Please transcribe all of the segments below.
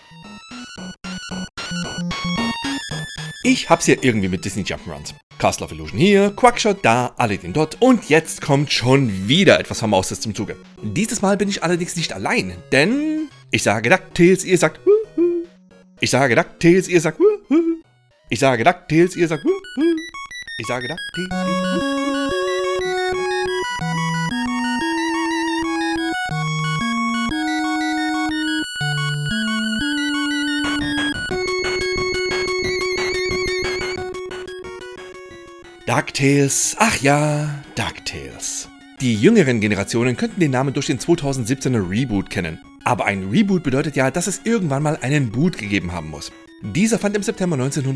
Ich hab's hier irgendwie mit Disney Jump'n'Runs. Castle of Illusion hier, Quackshot da, Aladdin dort und jetzt kommt schon wieder etwas Vermaustes zum Zuge. Dieses Mal bin ich allerdings nicht allein, denn ich sage DuckTales, ihr sagt Wuhu. Ich sage DuckTales, ihr sagt Wuhu. Ich sage DuckTales, ihr sagt Wuhu. Ich sage DuckTales, ihr sagt Wuhu. DuckTales, ach ja, DuckTales. Die jüngeren Generationen könnten den Namen durch den 2017er Reboot kennen. Aber ein Reboot bedeutet ja, dass es irgendwann mal einen Boot gegeben haben muss. Dieser fand im September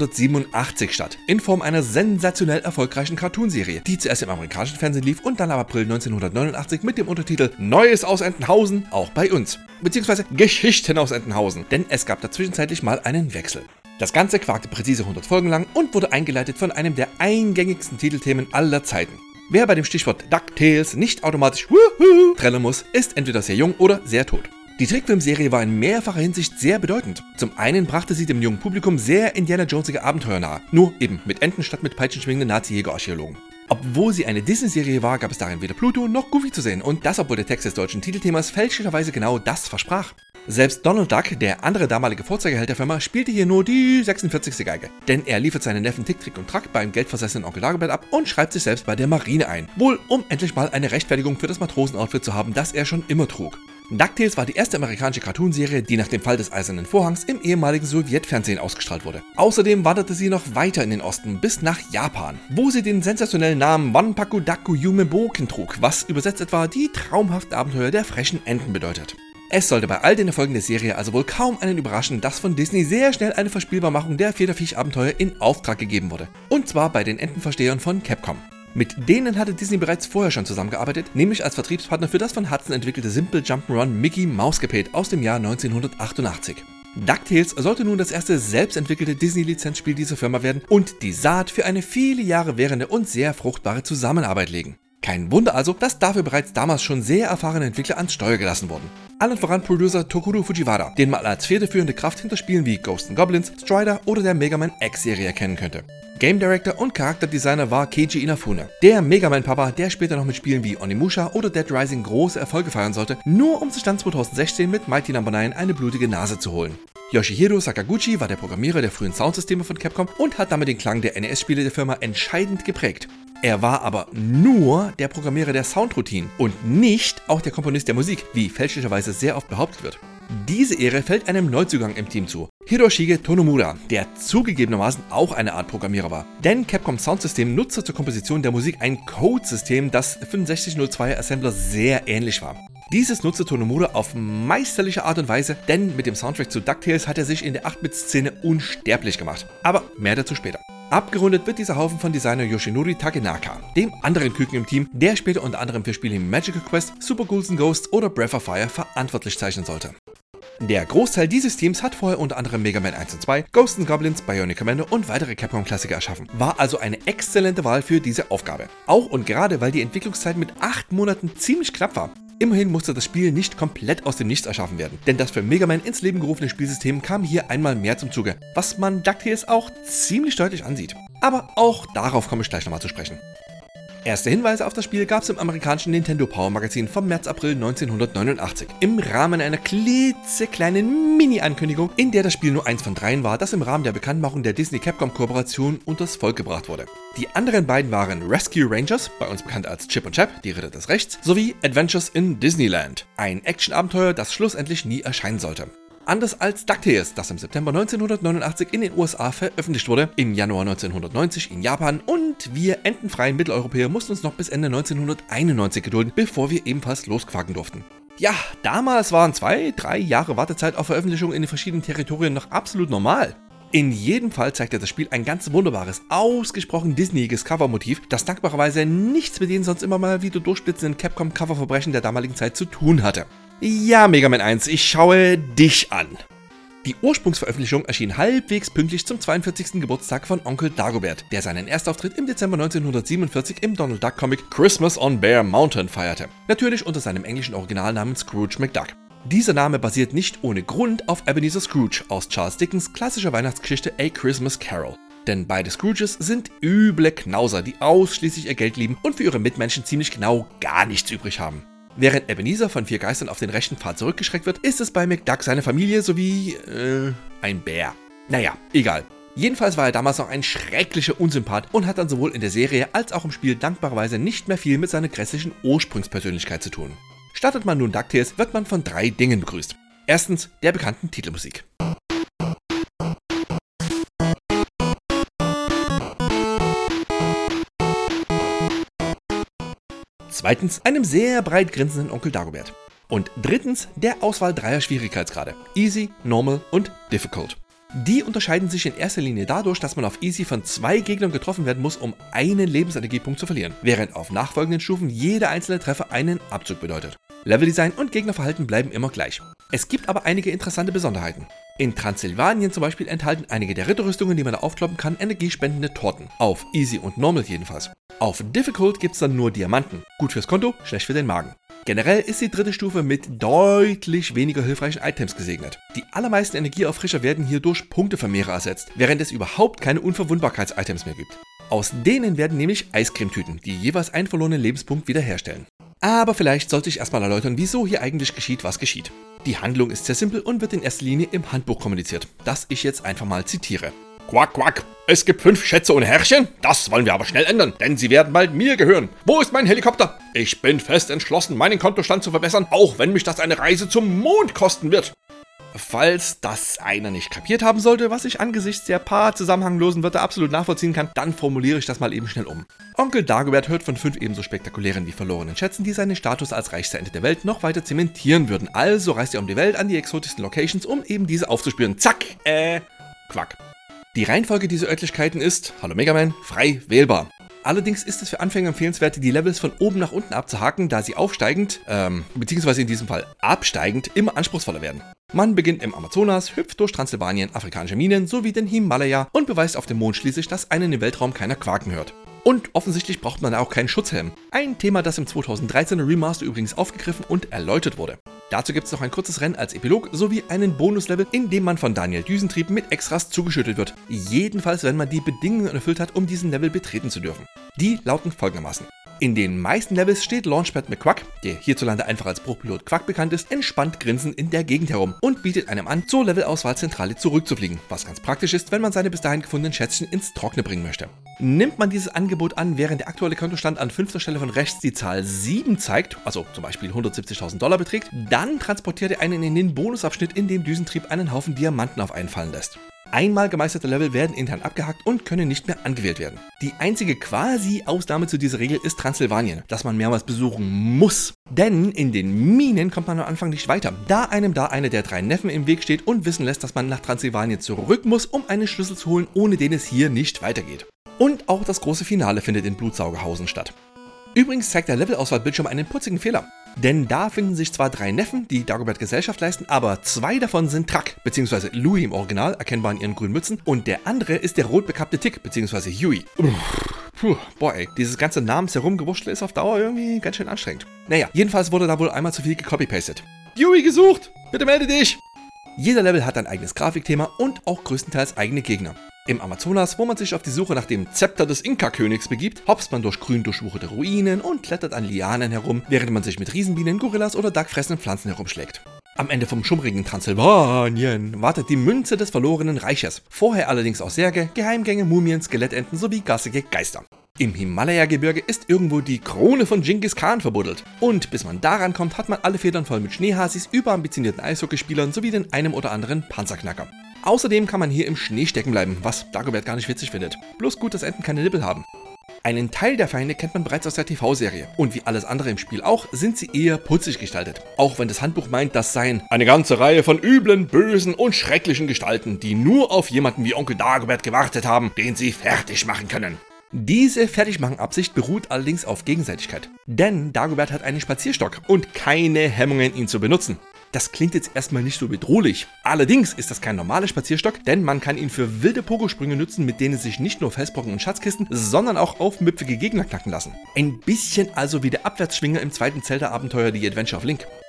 1987 statt, in Form einer sensationell erfolgreichen Cartoonserie, die zuerst im amerikanischen Fernsehen lief und dann ab April 1989 mit dem Untertitel Neues aus Entenhausen auch bei uns, beziehungsweise Geschichten aus Entenhausen, denn es gab dazwischenzeitlich mal einen Wechsel. Das Ganze quakte präzise 100 Folgen lang und wurde eingeleitet von einem der eingängigsten Titelthemen aller Zeiten. Wer bei dem Stichwort DuckTales nicht automatisch Wuhu trällern muss, ist entweder sehr jung oder sehr tot. Die Trickfilmserie war in mehrfacher Hinsicht sehr bedeutend. Zum einen brachte sie dem jungen Publikum sehr Indiana Jonesige Abenteuer nahe, nur eben mit Enten statt mit peitschenschwingenden Nazi-Jäger-Archäologen. Obwohl sie eine Disney-Serie war, gab es darin weder Pluto noch Goofy zu sehen und das, obwohl der Text des deutschen Titelthemas fälschlicherweise genau das versprach. Selbst Donald Duck, der andere damalige Vorzeigeheld der Firma, spielte hier nur die 46. Geige. Denn er liefert seinen Neffen Tick, Trick und Track beim geldversessenen Onkel Dagobert ab und schreibt sich selbst bei der Marine ein. Wohl, um endlich mal eine Rechtfertigung für das Matrosenoutfit zu haben, das er schon immer trug. DuckTales war die erste amerikanische Cartoonserie, die nach dem Fall des Eisernen Vorhangs im ehemaligen Sowjetfernsehen ausgestrahlt wurde. Außerdem wanderte sie noch weiter in den Osten bis nach Japan, wo sie den sensationellen Namen Wanpaku Daku Yume Boken trug, was übersetzt etwa die traumhaften Abenteuer der frechen Enten bedeutet. Es sollte bei all den Erfolgen der Serie also wohl kaum einen überraschen, dass von Disney sehr schnell eine Verspielbarmachung der Federviech-Abenteuer in Auftrag gegeben wurde. Und zwar bei den Entenverstehern von Capcom. Mit denen hatte Disney bereits vorher schon zusammengearbeitet, nämlich als Vertriebspartner für das von Hudson entwickelte Simple Jump'n'Run Mickey Mouse Capade aus dem Jahr 1988. DuckTales sollte nun das erste selbstentwickelte Disney-Lizenzspiel dieser Firma werden und die Saat für eine viele Jahre währende und sehr fruchtbare Zusammenarbeit legen. Kein Wunder also, dass dafür bereits damals schon sehr erfahrene Entwickler ans Steuer gelassen wurden. Allen voran Producer Tokuro Fujiwara, den man als federführende Kraft hinter Spielen wie Ghosts & Goblins, Strider oder der Mega Man X-Serie erkennen könnte. Game Director und Charakterdesigner war Keiji Inafune, der Mega Man Papa, der später noch mit Spielen wie Onimusha oder Dead Rising große Erfolge feiern sollte, nur um sich dann 2016 mit Mighty No. 9 eine blutige Nase zu holen. Yoshihiro Sakaguchi war der Programmierer der frühen Soundsysteme von Capcom und hat damit den Klang der NES-Spiele der Firma entscheidend geprägt. Er war aber nur der Programmierer der Soundroutinen und nicht auch der Komponist der Musik, wie fälschlicherweise sehr oft behauptet wird. Diese Ehre fällt einem Neuzugang im Team zu, Hiroshige Tonomura, der zugegebenermaßen auch eine Art Programmierer war. Denn Capcom Soundsystem nutzte zur Komposition der Musik ein Codesystem, das 6502er Assembler sehr ähnlich war. Dieses nutzte Tonomura auf meisterliche Art und Weise, denn mit dem Soundtrack zu DuckTales hat er sich in der 8-Bit-Szene unsterblich gemacht. Aber mehr dazu später. Abgerundet wird dieser Haufen von Designer Yoshinori Takenaka, dem anderen Küken im Team, der später unter anderem für Spiele wie Magical Quest, Super Ghouls & Ghosts oder Breath of Fire verantwortlich zeichnen sollte. Der Großteil dieses Teams hat vorher unter anderem Mega Man 1 und 2, Ghosts & Goblins, Bionic Commando und weitere Capcom-Klassiker erschaffen. War also eine exzellente Wahl für diese Aufgabe. Auch und gerade, weil die Entwicklungszeit mit 8 Monaten ziemlich knapp war. Immerhin musste das Spiel nicht komplett aus dem Nichts erschaffen werden, denn das für Mega Man ins Leben gerufene Spielsystem kam hier einmal mehr zum Zuge, was man DuckTales auch ziemlich deutlich ansieht. Aber auch darauf komme ich gleich nochmal zu sprechen. Erste Hinweise auf das Spiel gab es im amerikanischen Nintendo Power Magazin vom März-April 1989 im Rahmen einer klitzekleinen Mini-Ankündigung, in der das Spiel nur eins von 3 war, das im Rahmen der Bekanntmachung der Disney-Capcom-Kooperation unters Volk gebracht wurde. Die anderen beiden waren Rescue Rangers, bei uns bekannt als Chip und Chap, die Ritter des Rechts, sowie Adventures in Disneyland, ein Action-Abenteuer, das schlussendlich nie erscheinen sollte. Anders als DuckTales, das im September 1989 in den USA veröffentlicht wurde, im Januar 1990 in Japan und wir entenfreien Mitteleuropäer mussten uns noch bis Ende 1991 gedulden, bevor wir ebenfalls losquaken durften. Ja, damals waren 2-3 Jahre Wartezeit auf Veröffentlichung in den verschiedenen Territorien noch absolut normal. In jedem Fall zeigt das Spiel ein ganz wunderbares, ausgesprochen Disneyiges Covermotiv, das dankbarerweise nichts mit den sonst immer mal wieder durchblitzenden Capcom-Coververbrechen der damaligen Zeit zu tun hatte. Ja, Mega Man 1, ich schaue dich an. Die Ursprungsveröffentlichung erschien halbwegs pünktlich zum 42. Geburtstag von Onkel Dagobert, der seinen Erstauftritt im Dezember 1947 im Donald Duck Comic Christmas on Bear Mountain feierte. Natürlich unter seinem englischen Originalnamen Scrooge McDuck. Dieser Name basiert nicht ohne Grund auf Ebenezer Scrooge aus Charles Dickens' klassischer Weihnachtsgeschichte A Christmas Carol. Denn beide Scrooges sind üble Knauser, die ausschließlich ihr Geld lieben und für ihre Mitmenschen ziemlich genau gar nichts übrig haben. Während Ebenezer von 4 Geistern auf den rechten Pfad zurückgeschreckt wird, ist es bei McDuck seine Familie sowie ein Bär. Naja, egal. Jedenfalls war er damals noch ein schrecklicher Unsympath und hat dann sowohl in der Serie als auch im Spiel dankbarerweise nicht mehr viel mit seiner grässlichen Ursprungspersönlichkeit zu tun. Startet man nun DuckTales, wird man von 3 Dingen begrüßt. Erstens der bekannten Titelmusik. Zweitens einem sehr breit grinsenden Onkel Dagobert. Und drittens der Auswahl 3er Schwierigkeitsgrade. Easy, Normal und Difficult. Die unterscheiden sich in erster Linie dadurch, dass man auf Easy von 2 Gegnern getroffen werden muss, um einen Lebensenergiepunkt zu verlieren, während auf nachfolgenden Stufen jeder einzelne Treffer einen Abzug bedeutet. Leveldesign und Gegnerverhalten bleiben immer gleich. Es gibt aber einige interessante Besonderheiten. In Transsilvanien zum Beispiel enthalten einige der Ritterrüstungen, die man da aufkloppen kann, energiespendende Torten. Auf Easy und Normal jedenfalls. Auf Difficult gibt es dann nur Diamanten. Gut fürs Konto, schlecht für den Magen. Generell ist die dritte Stufe mit deutlich weniger hilfreichen Items gesegnet. Die allermeisten Energieauffrischer werden hier durch Punktevermehrer ersetzt, während es überhaupt keine Unverwundbarkeits-Items mehr gibt. Aus denen werden nämlich Eiscremetüten, die jeweils einen verlorenen Lebenspunkt wiederherstellen. Aber vielleicht sollte ich erstmal erläutern, wieso hier eigentlich geschieht, was geschieht. Die Handlung ist sehr simpel und wird in erster Linie im Handbuch kommuniziert, das ich jetzt einfach mal zitiere. Quack, quack. Es gibt 5 Schätze ohne Herrchen? Das wollen wir aber schnell ändern, denn sie werden bald mir gehören. Wo ist mein Helikopter? Ich bin fest entschlossen, meinen Kontostand zu verbessern, auch wenn mich das eine Reise zum Mond kosten wird. Falls das einer nicht kapiert haben sollte, was ich angesichts der paar zusammenhanglosen Wörter absolut nachvollziehen kann, dann formuliere ich das mal eben schnell um. Onkel Dagobert hört von 5 ebenso spektakulären wie verlorenen Schätzen, die seinen Status als reichster Ente der Welt noch weiter zementieren würden. Also reist er um die Welt an die exotischsten Locations, um eben diese aufzuspüren. Zack, Quack. Die Reihenfolge dieser Örtlichkeiten ist, hallo Megaman, frei wählbar. Allerdings ist es für Anfänger empfehlenswert, die Levels von oben nach unten abzuhaken, da sie aufsteigend, beziehungsweise in diesem Fall absteigend, immer anspruchsvoller werden. Man beginnt im Amazonas, hüpft durch Transsilvanien, afrikanische Minen sowie den Himalaya und beweist auf dem Mond schließlich, dass einen im Weltraum keiner quaken hört. Und offensichtlich braucht man auch keinen Schutzhelm. Ein Thema, das im 2013er Remaster übrigens aufgegriffen und erläutert wurde. Dazu gibt es noch ein kurzes Rennen als Epilog sowie einen Bonuslevel, in dem man von Daniel Düsentrieb mit Extras zugeschüttet wird. Jedenfalls, wenn man die Bedingungen erfüllt hat, um diesen Level betreten zu dürfen. Die lauten folgendermaßen. In den meisten Levels steht Launchpad McQuack, der hierzulande einfach als Bruchpilot Quack bekannt ist, entspannt grinsend in der Gegend herum und bietet einem an, zur Levelauswahlzentrale zurückzufliegen, was ganz praktisch ist, wenn man seine bis dahin gefundenen Schätzchen ins Trockene bringen möchte. Nimmt man dieses Angebot an, während der aktuelle Kontostand an 5. Stelle von rechts die Zahl 7 zeigt, also zum Beispiel $170.000 beträgt, dann transportiert er einen in den Bonusabschnitt, in dem Düsentrieb einen Haufen Diamanten auf einen fallen lässt. Einmal gemeisterte Level werden intern abgehakt und können nicht mehr angewählt werden. Die einzige quasi Ausnahme zu dieser Regel ist Transsilvanien, das man mehrmals besuchen muss. Denn in den Minen kommt man am Anfang nicht weiter, da einem da einer der 3 Neffen im Weg steht und wissen lässt, dass man nach Transsilvanien zurück muss, um einen Schlüssel zu holen, ohne den es hier nicht weitergeht. Und auch das große Finale findet in Blutsaugerhausen statt. Übrigens zeigt der Levelauswahlbildschirm einen putzigen Fehler. Denn da finden sich zwar 3 Neffen, die Dagobert Gesellschaft leisten, aber 2 davon sind Truck, bzw. Louie im Original, erkennbar in ihren grünen Mützen, und der andere ist der rot bekappte Tick, bzw. Huey. Boah ey, dieses ganze Namensherumgewurschtel ist auf Dauer irgendwie ganz schön anstrengend. Naja, jedenfalls wurde da wohl einmal zu viel gecopy-pastet. Huey gesucht! Bitte melde dich! Jeder Level hat ein eigenes Grafikthema und auch größtenteils eigene Gegner. Im Amazonas, wo man sich auf die Suche nach dem Zepter des Inka-Königs begibt, hopst man durch grün durchwucherte Ruinen und klettert an Lianen herum, während man sich mit Riesenbienen, Gorillas oder dagfressenden Pflanzen herumschlägt. Am Ende vom schummrigen Transsilvanien wartet die Münze des verlorenen Reiches. Vorher allerdings auch Särge, Geheimgänge, Mumien, Skelettenten sowie garstige Geister. Im Himalaya-Gebirge ist irgendwo die Krone von Genghis Khan verbuddelt. Und bis man daran kommt, hat man alle Federn voll mit Schneehasis, überambitionierten Eishockeyspielern sowie den einem oder anderen Panzerknacker. Außerdem kann man hier im Schnee stecken bleiben, was Dagobert gar nicht witzig findet. Bloß gut, dass Enten keine Nippel haben. Einen Teil der Feinde kennt man bereits aus der TV-Serie. Und wie alles andere im Spiel auch, sind sie eher putzig gestaltet. Auch wenn das Handbuch meint, das seien eine ganze Reihe von üblen, bösen und schrecklichen Gestalten, die nur auf jemanden wie Onkel Dagobert gewartet haben, den sie fertig machen können. Diese Fertigmachen-Absicht beruht allerdings auf Gegenseitigkeit. Denn Dagobert hat einen Spazierstock und keine Hemmungen, ihn zu benutzen. Das klingt jetzt erstmal nicht so bedrohlich. Allerdings ist das kein normaler Spazierstock, denn man kann ihn für wilde Pogosprünge nutzen, mit denen sich nicht nur Felsbrocken und Schatzkisten, sondern auch aufmüpfige Gegner knacken lassen. Ein bisschen also wie der Abwärtsschwinger im zweiten Zelda-Abenteuer The Adventure of Link.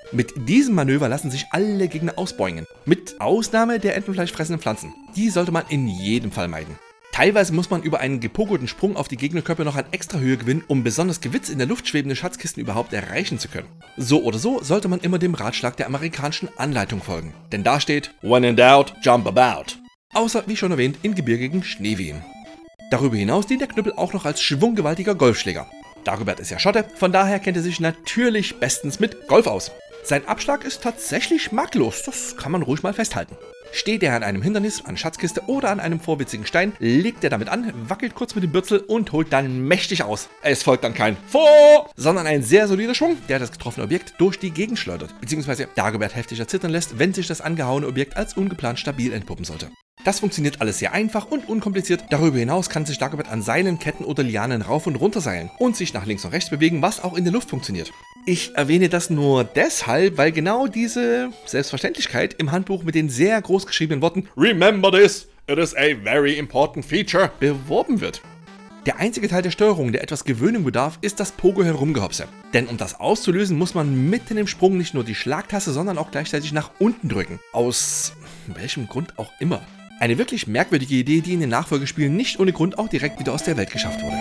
Mit diesem Manöver lassen sich alle Gegner ausbäumen, mit Ausnahme der entenfleischfressenden Pflanzen. Die sollte man in jedem Fall meiden. Teilweise muss man über einen gepogelten Sprung auf die Gegnerkörper noch an extra Höhe gewinnen, um besonders gewitzt in der Luft schwebende Schatzkisten überhaupt erreichen zu können. So oder so sollte man immer dem Ratschlag der amerikanischen Anleitung folgen. Denn da steht, When in doubt, jump about. Außer, wie schon erwähnt, in gebirgigen Schneewehen. Darüber hinaus dient der Knüppel auch noch als schwunggewaltiger Golfschläger. Dagobert ist ja Schotte, von daher kennt er sich natürlich bestens mit Golf aus. Sein Abschlag ist tatsächlich makellos, das kann man ruhig mal festhalten. Steht er an einem Hindernis, an Schatzkiste oder an einem vorwitzigen Stein, legt er damit an, wackelt kurz mit dem Bürzel und holt dann mächtig aus. Es folgt dann kein Vor, sondern ein sehr solider Schwung, der das getroffene Objekt durch die Gegend schleudert, beziehungsweise Dagobert heftig erzittern lässt, wenn sich das angehauene Objekt als ungeplant stabil entpuppen sollte. Das funktioniert alles sehr einfach und unkompliziert. Darüber hinaus kann sich Dagobert an Seilen, Ketten oder Lianen rauf und runter seilen und sich nach links und rechts bewegen, was auch in der Luft funktioniert. Ich erwähne das nur deshalb, weil genau diese Selbstverständlichkeit im Handbuch mit den sehr groß geschriebenen Worten Remember this, it is a very important feature beworben wird. Der einzige Teil der Steuerung, der etwas Gewöhnung bedarf, ist das Pogo-Herumgehopse. Denn um das auszulösen, muss man mitten im Sprung nicht nur die Schlagtaste, sondern auch gleichzeitig nach unten drücken. Aus welchem Grund auch immer. Eine wirklich merkwürdige Idee, die in den Nachfolgespielen nicht ohne Grund auch direkt wieder aus der Welt geschafft wurde.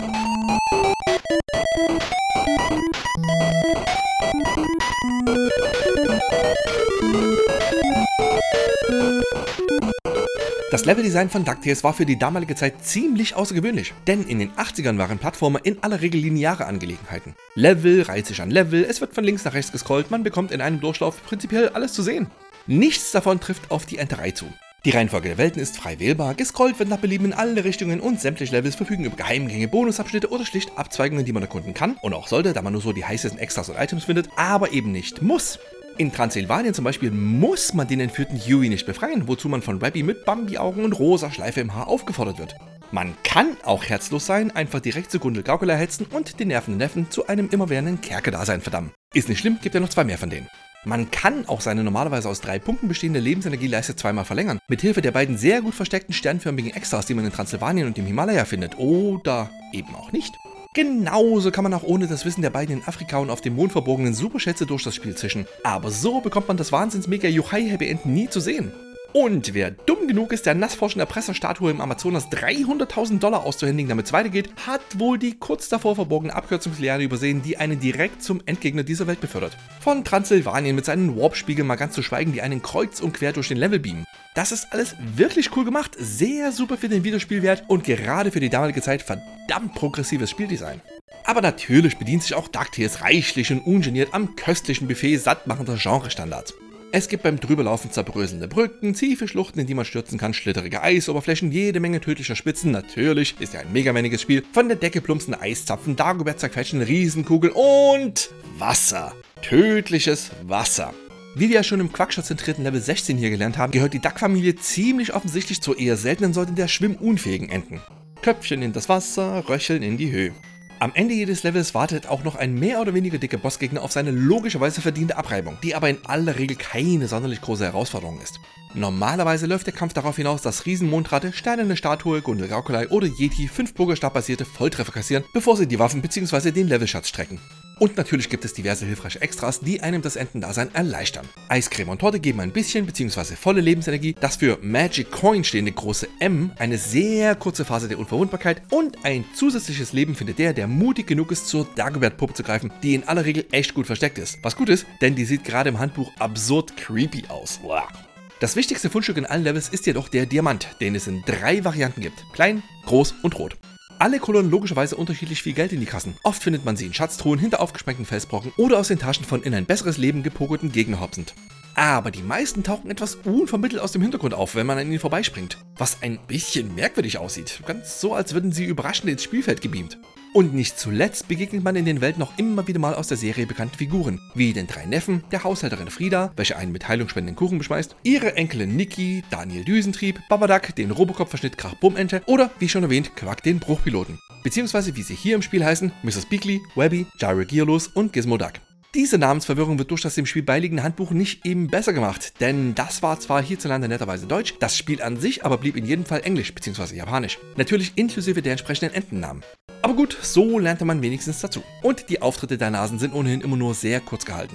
Das Leveldesign von DuckTales war für die damalige Zeit ziemlich außergewöhnlich, denn in den 80ern waren Plattformer in aller Regel lineare Angelegenheiten. Level reiht sich an Level, es wird von links nach rechts gescrollt, man bekommt in einem Durchlauf prinzipiell alles zu sehen. Nichts davon trifft auf die Enterei zu. Die Reihenfolge der Welten ist frei wählbar, gescrollt wird nach Belieben in alle Richtungen und sämtliche Levels verfügen über Geheimgänge, Bonusabschnitte oder schlicht Abzweigungen, die man erkunden kann und auch sollte, da man nur so die heißesten Extras und Items findet, aber eben nicht muss. In Transsilvanien zum Beispiel muss man den entführten Huey nicht befreien, wozu man von Webby mit Bambi-Augen und rosa Schleife im Haar aufgefordert wird. Man kann auch herzlos sein, einfach direkt zu Gundel Gaukela hetzen und den nervenden Neffen zu einem immerwährenden Kerkerdasein verdammen. Ist nicht schlimm, gibt ja noch 2 mehr von denen. Man kann auch seine normalerweise aus 3 Punkten bestehende Lebensenergieleiste zweimal verlängern, mithilfe der beiden sehr gut versteckten sternförmigen Extras, die man in Transsilvanien und dem Himalaya findet, oder eben auch nicht. Genauso kann man auch ohne das Wissen der beiden in Afrika und auf dem Mond verborgenen Superschätze durch das Spiel zischen. Aber so bekommt man das Wahnsinns-Mega-Yuhai-Happy-End nie zu sehen. Und wer dumm genug ist, der nassforschende Erpresserstatue im Amazonas $300.000 auszuhändigen, damit es weitergeht, hat wohl die kurz davor verborgene Abkürzungsliane übersehen, die einen direkt zum Endgegner dieser Welt befördert. Von Transsilvanien mit seinen Warp-Spiegeln mal ganz zu schweigen, die einen kreuz und quer durch den Level beamen. Das ist alles wirklich cool gemacht, sehr super für den Videospielwert und gerade für die damalige Zeit verdammt progressives Spieldesign. Aber natürlich bedient sich auch DuckTales reichlich und ungeniert am köstlichen Buffet sattmachender Genrestandards. Es gibt beim Drüberlaufen zerbröselnde Brücken, tiefe Schluchten, in die man stürzen kann, schlitterige Eisoberflächen, jede Menge tödlicher Spitzen, natürlich, ist ja ein megamänniges Spiel, von der Decke plumpsende Eiszapfen, Dagobert zerquetschende Riesenkugeln und Wasser. Tödliches Wasser. Wie wir ja schon im Quackshot-zentrierten Level 16 hier gelernt haben, gehört die Duck-Familie ziemlich offensichtlich zur eher seltenen Sorte der schwimmunfähigen Enten. Köpfchen in das Wasser, Röcheln in die Höhe. Am Ende jedes Levels wartet auch noch ein mehr oder weniger dicker Bossgegner auf seine logischerweise verdiente Abreibung, die aber in aller Regel keine sonderlich große Herausforderung ist. Normalerweise läuft der Kampf darauf hinaus, dass Riesenmondratte, steinerne Statue, Gundel Gaukelei oder Yeti 5 Pokerstab-basierte Volltreffer kassieren, bevor sie die Waffen bzw. den Levelschatz strecken. Und natürlich gibt es diverse hilfreiche Extras, die einem das Entendasein erleichtern. Eiscreme und Torte geben ein bisschen bzw. volle Lebensenergie, das für Magic Coin stehende große M eine sehr kurze Phase der Unverwundbarkeit und ein zusätzliches Leben findet der mutig genug ist, zur Dagobert-Puppe zu greifen, die in aller Regel echt gut versteckt ist. Was gut ist, denn die sieht gerade im Handbuch absurd creepy aus. Das wichtigste Fundstück in allen Levels ist jedoch der Diamant, den es in 3 Varianten gibt. Klein, groß und rot. Alle kullern logischerweise unterschiedlich viel Geld in die Kassen. Oft findet man sie in Schatztruhen, hinter aufgesprengten Felsbrocken oder aus den Taschen von in ein besseres Leben gepokelten Gegner hopsend. Aber die meisten tauchen etwas unvermittelt aus dem Hintergrund auf, wenn man an ihnen vorbeispringt. Was ein bisschen merkwürdig aussieht. Ganz so, als würden sie überraschend ins Spielfeld gebeamt. Und nicht zuletzt begegnet man in den Welten noch immer wieder mal aus der Serie bekannten Figuren, wie den 3 Neffen, der Haushälterin Frida, welche einen mit heilungsspendenden Kuchen beschmeißt, ihre Enkelin Niki, Daniel Düsentrieb, Babadak, den Robocop-Verschnitt Krach-Bumm-Ente oder, wie schon erwähnt, Quack, den Bruchpiloten. Beziehungsweise, wie sie hier im Spiel heißen, Mrs. Beakley, Webby, Gyrogirlos und Gizmo Duck. Diese Namensverwirrung wird durch das dem Spiel beiliegende Handbuch nicht eben besser gemacht, denn das war zwar hierzulande netterweise Deutsch, das Spiel an sich aber blieb in jedem Fall Englisch bzw. Japanisch. Natürlich inklusive der entsprechenden Entennamen. Aber gut, so lernte man wenigstens dazu. Und die Auftritte der Nasen sind ohnehin immer nur sehr kurz gehalten.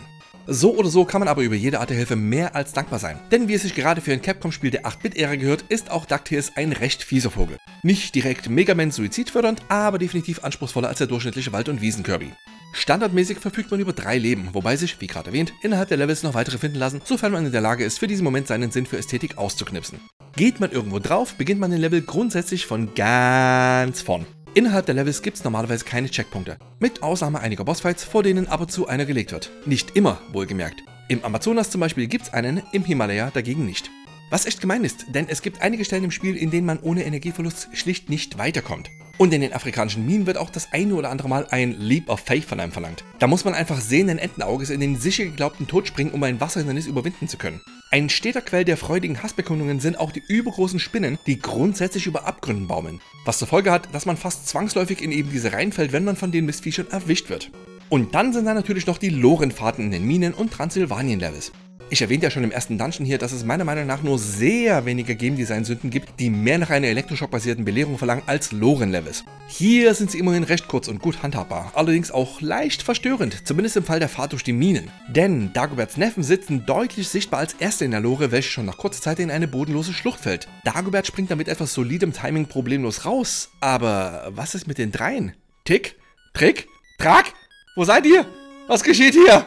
So oder so kann man aber über jede Art der Hilfe mehr als dankbar sein. Denn wie es sich gerade für ein Capcom-Spiel der 8-Bit-Ära gehört, ist auch DuckTales ein recht fieser Vogel. Nicht direkt Mega Man suizidfördernd, aber definitiv anspruchsvoller als der durchschnittliche Wald- und Wiesen-Kirby. Standardmäßig verfügt man über 3 Leben, wobei sich, wie gerade erwähnt, innerhalb der Levels noch weitere finden lassen, sofern man in der Lage ist, für diesen Moment seinen Sinn für Ästhetik auszuknipsen. Geht man irgendwo drauf, beginnt man den Level grundsätzlich von ganz vorn. Innerhalb der Levels gibt es normalerweise keine Checkpunkte, mit Ausnahme einiger Bossfights, vor denen ab und zu einer gelegt wird. Nicht immer, wohlgemerkt. Im Amazonas zum Beispiel gibt es einen, im Himalaya dagegen nicht. Was echt gemein ist, denn es gibt einige Stellen im Spiel, in denen man ohne Energieverlust schlicht nicht weiterkommt. Und in den afrikanischen Minen wird auch das eine oder andere Mal ein Leap of Faith von einem verlangt. Da muss man einfach sehenden Entenauges in den sicher geglaubten Tod springen, um ein Wasserhindernis überwinden zu können. Ein steter Quell der freudigen Hassbekundungen sind auch die übergroßen Spinnen, die grundsätzlich über Abgründen baumeln. Was zur Folge hat, dass man fast zwangsläufig in eben diese reinfällt, wenn man von den Mistviechern erwischt wird. Und dann sind da natürlich noch die Lorenfahrten in den Minen und Transsilvanien-Levels. Ich erwähnte ja schon im ersten Dungeon hier, dass es meiner Meinung nach nur sehr wenige Game Design Sünden gibt, die mehr nach einer Elektroschock-basierten Belehrung verlangen als Loren-Levels. Hier sind sie immerhin recht kurz und gut handhabbar, allerdings auch leicht verstörend, zumindest im Fall der Fahrt durch die Minen. Denn Dagoberts Neffen sitzen deutlich sichtbar als Erste in der Lore, welche schon nach kurzer Zeit in eine bodenlose Schlucht fällt. Dagobert springt damit etwas solidem Timing problemlos raus, aber was ist mit den dreien? Tick? Trick? Trag? Wo seid ihr? Was geschieht hier?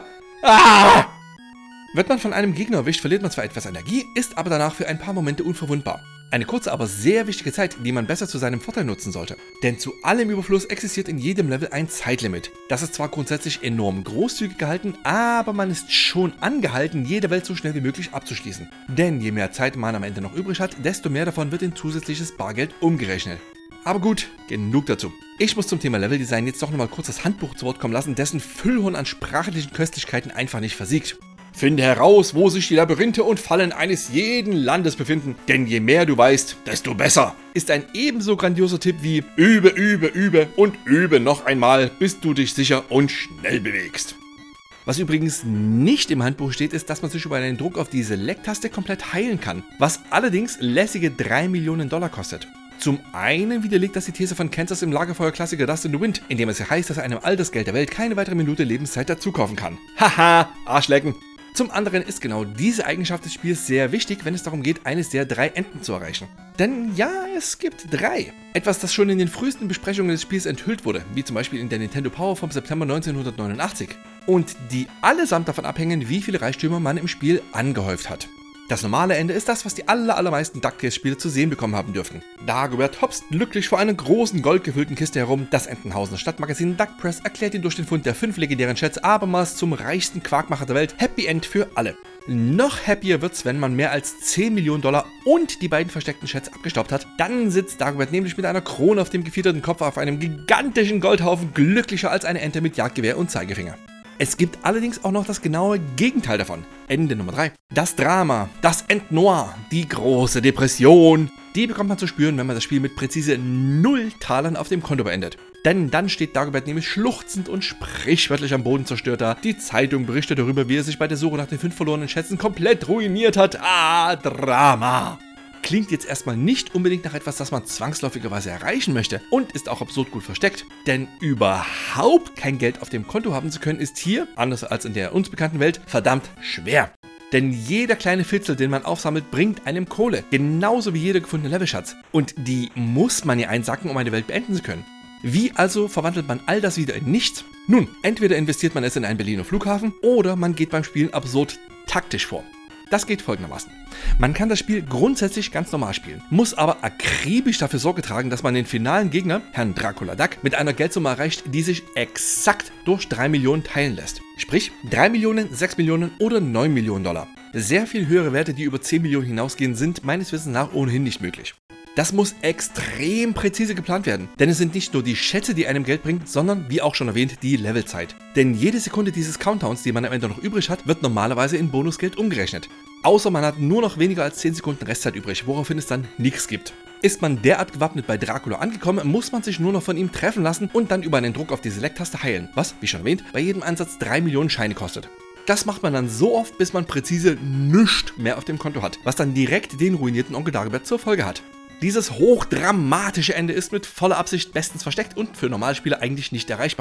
Ah! Wird man von einem Gegner erwischt, verliert man zwar etwas Energie, ist aber danach für ein paar Momente unverwundbar. Eine kurze, aber sehr wichtige Zeit, die man besser zu seinem Vorteil nutzen sollte. Denn zu allem Überfluss existiert in jedem Level ein Zeitlimit. Das ist zwar grundsätzlich enorm großzügig gehalten, aber man ist schon angehalten, jede Welt so schnell wie möglich abzuschließen. Denn je mehr Zeit man am Ende noch übrig hat, desto mehr davon wird in zusätzliches Bargeld umgerechnet. Aber gut, genug dazu. Ich muss zum Thema Leveldesign jetzt doch nochmal kurz das Handbuch zu Wort kommen lassen, dessen Füllhorn an sprachlichen Köstlichkeiten einfach nicht versiegt. Finde heraus, wo sich die Labyrinthe und Fallen eines jeden Landes befinden, denn je mehr du weißt, desto besser. Ist ein ebenso grandioser Tipp wie übe, übe, übe und übe noch einmal, bis du dich sicher und schnell bewegst. Was übrigens nicht im Handbuch steht, ist, dass man sich über einen Druck auf die Select-Taste komplett heilen kann, was allerdings lässige $3 Millionen kostet. Zum einen widerlegt das die These von Kansas im Lagerfeuer-Klassiker Dust in the Wind, in dem es ja heißt, dass einem all das Geld der Welt keine weitere Minute Lebenszeit dazu kaufen kann. Haha, Arschlecken. Zum anderen ist genau diese Eigenschaft des Spiels sehr wichtig, wenn es darum geht, eines der 3 Enden zu erreichen. Denn ja, es gibt 3. Etwas, das schon in den frühesten Besprechungen des Spiels enthüllt wurde, wie zum Beispiel in der Nintendo Power vom September 1989. Und die allesamt davon abhängen, wie viele Reichtümer man im Spiel angehäuft hat. Das normale Ende ist das, was die allermeisten DuckTales-Spiele zu sehen bekommen haben dürften. Dagobert hopst glücklich vor einer großen goldgefüllten Kiste herum. Das Entenhausener Stadtmagazin Duck Press erklärt ihn durch den Fund der 5 legendären Schätze abermals zum reichsten Quarkmacher der Welt. Happy End für alle. Noch happier wird's, wenn man mehr als $10 Millionen und die beiden versteckten Schätze abgestaubt hat. Dann sitzt Dagobert nämlich mit einer Krone auf dem gefiederten Kopf auf einem gigantischen Goldhaufen, glücklicher als eine Ente mit Jagdgewehr und Zeigefinger. Es gibt allerdings auch noch das genaue Gegenteil davon. Ende Nummer 3. Das Drama, das Ent-Noir, die große Depression. Die bekommt man zu spüren, wenn man das Spiel mit präzise 0 Talern auf dem Konto beendet. Denn dann steht Dagobert nämlich schluchzend und sprichwörtlich am Boden zerstört da. Die Zeitung berichtet darüber, wie er sich bei der Suche nach den 5 verlorenen Schätzen komplett ruiniert hat. Ah, Drama. Klingt jetzt erstmal nicht unbedingt nach etwas, das man zwangsläufigerweise erreichen möchte und ist auch absurd gut versteckt. Denn überhaupt kein Geld auf dem Konto haben zu können, ist hier, anders als in der uns bekannten Welt, verdammt schwer. Denn jeder kleine Fitzel, den man aufsammelt, bringt einem Kohle. Genauso wie jeder gefundene Levelschatz. Und die muss man ja einsacken, um eine Welt beenden zu können. Wie also verwandelt man all das wieder in nichts? Nun, entweder investiert man es in einen Berliner Flughafen oder man geht beim Spielen absurd taktisch vor. Das geht folgendermaßen. Man kann das Spiel grundsätzlich ganz normal spielen, muss aber akribisch dafür Sorge tragen, dass man den finalen Gegner, Herrn Dracula Duck, mit einer Geldsumme erreicht, die sich exakt durch 3 Millionen teilen lässt. Sprich 3 Millionen, 6 Millionen oder 9 Millionen $. Sehr viel höhere Werte, die über 10 Millionen hinausgehen, sind meines Wissens nach ohnehin nicht möglich. Das muss extrem präzise geplant werden, denn es sind nicht nur die Schätze, die einem Geld bringen, sondern, wie auch schon erwähnt, die Levelzeit. Denn jede Sekunde dieses Countdowns, die man am Ende noch übrig hat, wird normalerweise in Bonusgeld umgerechnet. Außer man hat nur noch weniger als 10 Sekunden Restzeit übrig, woraufhin es dann nichts gibt. Ist man derart gewappnet bei Dracula angekommen, muss man sich nur noch von ihm treffen lassen und dann über einen Druck auf die Select-Taste heilen, was, wie schon erwähnt, bei jedem Ansatz 3 Millionen Scheine kostet. Das macht man dann so oft, bis man präzise nichts mehr auf dem Konto hat, was dann direkt den ruinierten Onkel Dagobert zur Folge hat. Dieses hochdramatische Ende ist mit voller Absicht bestens versteckt und für Normalspieler eigentlich nicht erreichbar.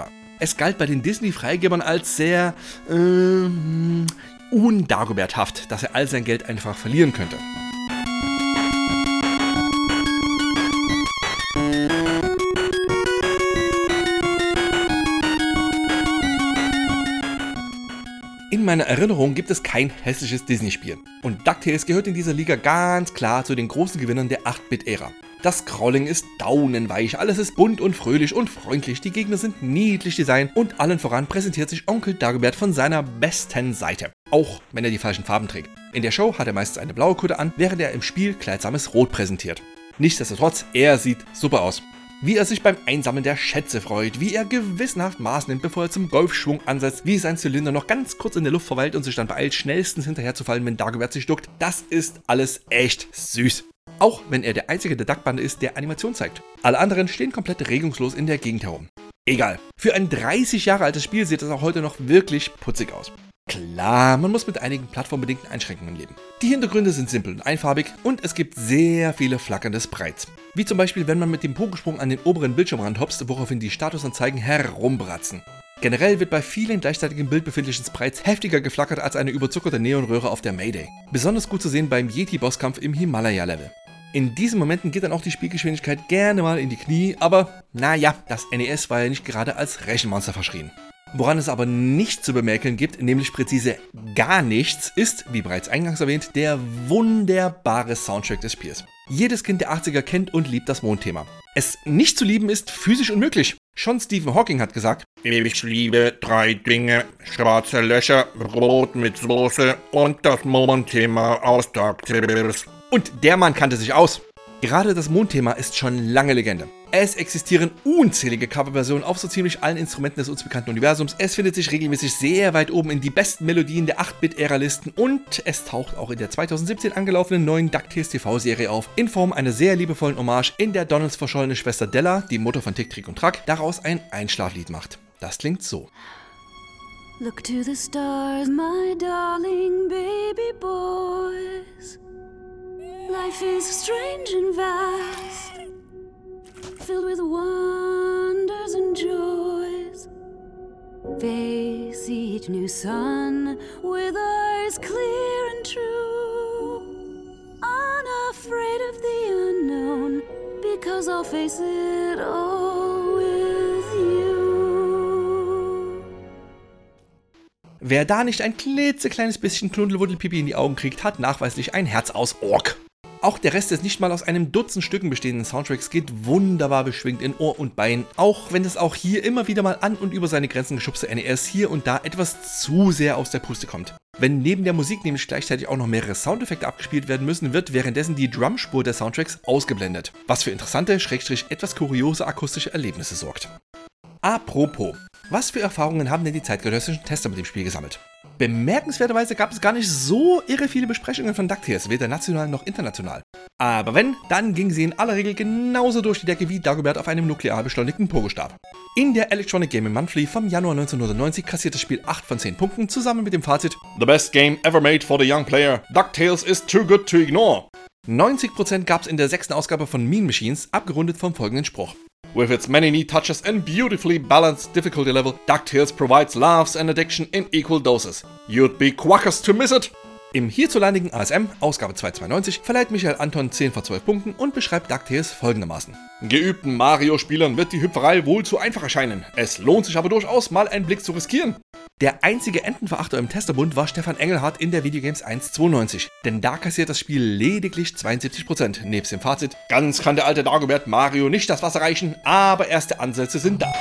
Es galt bei den Disney-Freigebern als sehr undagoberthaft, dass er all sein Geld einfach verlieren könnte. In meiner Erinnerung gibt es kein hässliches Disney-Spiel. Und DuckTales gehört in dieser Liga ganz klar zu den großen Gewinnern der 8-Bit-Ära. Das Scrolling ist daunenweich, alles ist bunt und fröhlich und freundlich, die Gegner sind niedlich designt und allen voran präsentiert sich Onkel Dagobert von seiner besten Seite. Auch wenn er die falschen Farben trägt. In der Show hat er meistens eine blaue Kutte an, während er im Spiel kleidsames Rot präsentiert. Nichtsdestotrotz, er sieht super aus. Wie er sich beim Einsammeln der Schätze freut, wie er gewissenhaft Maß nimmt, bevor er zum Golfschwung ansetzt, wie sein Zylinder noch ganz kurz in der Luft verweilt und sich dann beeilt, schnellstens hinterher zu fallen, wenn Dagobert sich duckt, das ist alles echt süß. Auch wenn er der einzige der Duckbande ist, der Animation zeigt. Alle anderen stehen komplett regungslos in der Gegend herum. Egal, für ein 30 Jahre altes Spiel sieht es auch heute noch wirklich putzig aus. Klar, man muss mit einigen plattformbedingten Einschränkungen leben. Die Hintergründe sind simpel und einfarbig und es gibt sehr viele flackernde Sprites. Wie zum Beispiel, wenn man mit dem Pokosprung an den oberen Bildschirmrand hopst, woraufhin die Statusanzeigen herumbratzen. Generell wird bei vielen gleichzeitig im Bild befindlichen Sprites heftiger geflackert als eine überzuckerte Neonröhre auf der Mayday. Besonders gut zu sehen beim Yeti-Bosskampf im Himalaya-Level. In diesen Momenten geht dann auch die Spielgeschwindigkeit gerne mal in die Knie, aber naja, das NES war ja nicht gerade als Rechenmonster verschrien. Woran es aber nicht zu bemerken gibt, nämlich präzise gar nichts, ist, wie bereits eingangs erwähnt, der wunderbare Soundtrack des Spiels. Jedes Kind der 80er kennt und liebt das Mondthema. Es nicht zu lieben ist physisch unmöglich. Schon Stephen Hawking hat gesagt: Ich liebe 3 Dinge, schwarze Löcher, Brot mit Soße und das Mondthema aus DuckTales. Und der Mann kannte sich aus. Gerade das Mondthema ist schon lange Legende. Es existieren unzählige Coverversionen auf so ziemlich allen Instrumenten des uns bekannten Universums. Es findet sich regelmäßig sehr weit oben in die besten Melodien der 8-Bit-Ära-Listen und es taucht auch in der 2017 angelaufenen neuen DuckTales TV-Serie auf, in Form einer sehr liebevollen Hommage, in der Donalds verschollene Schwester Della, die Mutter von Tick, Trick und Track, daraus ein Einschlaflied macht. Das klingt so. Look to the stars, my darling baby boys. Life is strange and vast, filled with wonders and joys. Face each new sun with eyes clear and true, unafraid of the unknown, because I'll face it all with you. Wer da nicht ein klitzekleines bisschen Knuddelwuddelpipi in die Augen kriegt, hat nachweislich ein Herz aus Ork. Auch der Rest des nicht mal aus einem Dutzend Stücken bestehenden Soundtracks geht wunderbar beschwingt in Ohr und Bein, auch wenn es auch hier immer wieder mal an und über seine Grenzen geschubste NES hier und da etwas zu sehr aus der Puste kommt. Wenn neben der Musik nämlich gleichzeitig auch noch mehrere Soundeffekte abgespielt werden müssen, wird währenddessen die Drumspur der Soundtracks ausgeblendet, was für interessante, etwas kuriose akustische Erlebnisse sorgt. Apropos, was für Erfahrungen haben denn die zeitgenössischen Tester mit dem Spiel gesammelt? Bemerkenswerterweise gab es gar nicht so irre viele Besprechungen von DuckTales, weder national noch international. Aber wenn, dann ging sie in aller Regel genauso durch die Decke wie Dagobert auf einem nuklear beschleunigten Pogostab. In der Electronic Gaming Monthly vom Januar 1990 kassiert das Spiel 8 von 10 Punkten, zusammen mit dem Fazit: The best game ever made for the young player. DuckTales is too good to ignore. 90% gab es in der 6. Ausgabe von Mean Machines, abgerundet vom folgenden Spruch: With its many neat touches and beautifully balanced difficulty level, DuckTales provides laughs and addiction in equal doses. You'd be quackers to miss it! Im hierzulandigen ASM, Ausgabe 292, verleiht Michael Anton 10 von 12 Punkten und beschreibt DuckTales folgendermaßen: Geübten Mario-Spielern wird die Hüpferei wohl zu einfach erscheinen. Es lohnt sich aber durchaus, mal einen Blick zu riskieren. Der einzige Entenverachter im Testerbund war Stefan Engelhardt in der Videogames 1.92, denn da kassiert das Spiel lediglich 72%, nebst dem Fazit: Ganz kann der alte Dagobert Mario nicht das Wasser reichen, aber erste Ansätze sind da.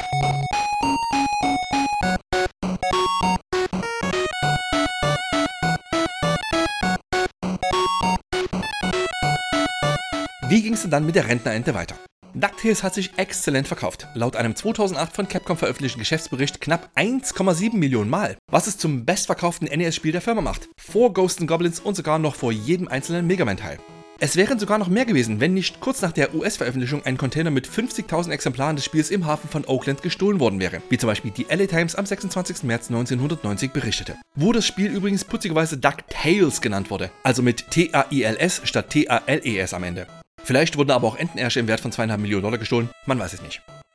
Wie ging es denn dann mit der Rentnerente weiter? DuckTales hat sich exzellent verkauft. Laut einem 2008 von Capcom veröffentlichten Geschäftsbericht knapp 1,7 Millionen Mal, was es zum bestverkauften NES-Spiel der Firma macht. Vor Ghosts & Goblins und sogar noch vor jedem einzelnen Mega Man-Teil. Es wären sogar noch mehr gewesen, wenn nicht kurz nach der US-Veröffentlichung ein Container mit 50.000 Exemplaren des Spiels im Hafen von Oakland gestohlen worden wäre, wie zum Beispiel die LA Times am 26. März 1990 berichtete. Wo das Spiel übrigens putzigerweise DuckTales genannt wurde, also mit T-A-I-L-S statt T-A-L-E-S am Ende. Vielleicht wurden aber auch Entenärsche im Wert von $2,5 Millionen gestohlen, man weiß es nicht.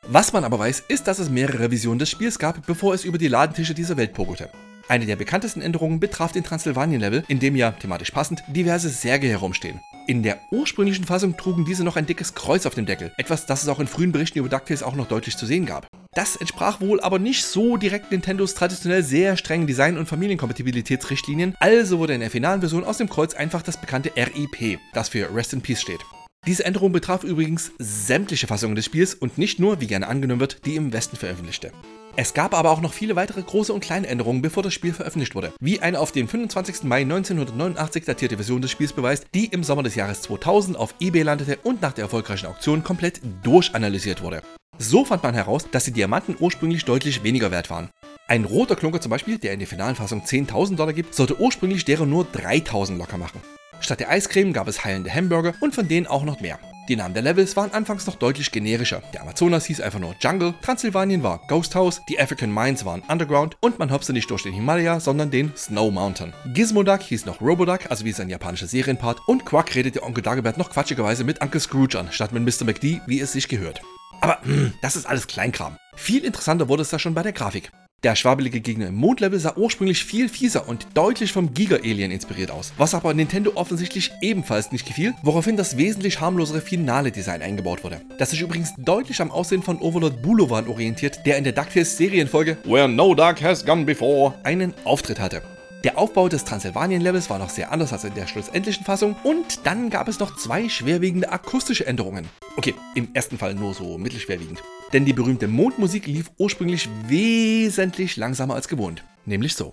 Was man aber weiß, ist, dass es mehrere Versionen des Spiels gab, bevor es über die Ladentische dieser Welt pokerte. Eine der bekanntesten Änderungen betraf den Transsilvanien-Level, in dem ja, thematisch passend, diverse Särge herumstehen. In der ursprünglichen Fassung trugen diese noch ein dickes Kreuz auf dem Deckel, etwas, das es auch in frühen Berichten über DuckTales auch noch deutlich zu sehen gab. Das entsprach wohl aber nicht so direkt Nintendos traditionell sehr strengen Design- und Familienkompatibilitätsrichtlinien, also wurde in der finalen Version aus dem Kreuz einfach das bekannte RIP, das für Rest in Peace steht. Diese Änderung betraf übrigens sämtliche Fassungen des Spiels und nicht nur, wie gerne angenommen wird, die im Westen veröffentlichte. Es gab aber auch noch viele weitere große und kleine Änderungen, bevor das Spiel veröffentlicht wurde, wie eine auf den 25. Mai 1989 datierte Version des Spiels beweist, die im Sommer des Jahres 2000 auf eBay landete und nach der erfolgreichen Auktion komplett durchanalysiert wurde. So fand man heraus, dass die Diamanten ursprünglich deutlich weniger wert waren. Ein roter Klunker zum Beispiel, der in der finalen Fassung $10.000 gibt, sollte ursprünglich deren nur 3.000 locker machen. Statt der Eiscreme gab es heilende Hamburger und von denen auch noch mehr. Die Namen der Levels waren anfangs noch deutlich generischer. Der Amazonas hieß einfach nur Jungle, Transsilvanien war Ghost House, die African Mines waren Underground und man hopste nicht durch den Himalaya, sondern den Snow Mountain. Gizmoduck hieß noch Roboduck, also wie sein japanischer Serienpart, und Quack redete Onkel Dagobert noch quatschigerweise mit Uncle Scrooge an, statt mit Mr. McD, wie es sich gehört. Aber das ist alles Kleinkram. Viel interessanter wurde es da schon bei der Grafik. Der schwabelige Gegner im Mondlevel sah ursprünglich viel fieser und deutlich vom Giga-Alien inspiriert aus, was aber Nintendo offensichtlich ebenfalls nicht gefiel, woraufhin das wesentlich harmlosere Finale-Design eingebaut wurde. Das sich übrigens deutlich am Aussehen von Overlord Bulovan orientiert, der in der DuckTales Serienfolge Where no duck has gone before einen Auftritt hatte. Der Aufbau des Transsilvanien-Levels war noch sehr anders als in der schlussendlichen Fassung und dann gab es noch zwei schwerwiegende akustische Änderungen. Okay, im ersten Fall nur so mittelschwerwiegend. Denn die berühmte Mondmusik lief ursprünglich wesentlich langsamer als gewohnt. Nämlich so.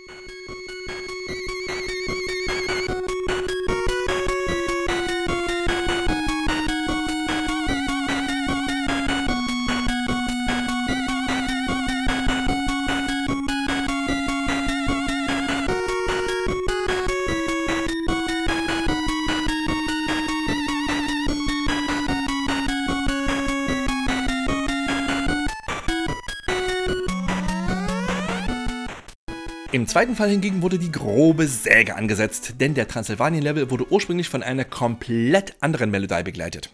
Im zweiten Fall hingegen wurde die grobe Säge angesetzt, denn der Transsilvanien-Level wurde ursprünglich von einer komplett anderen Melodie begleitet.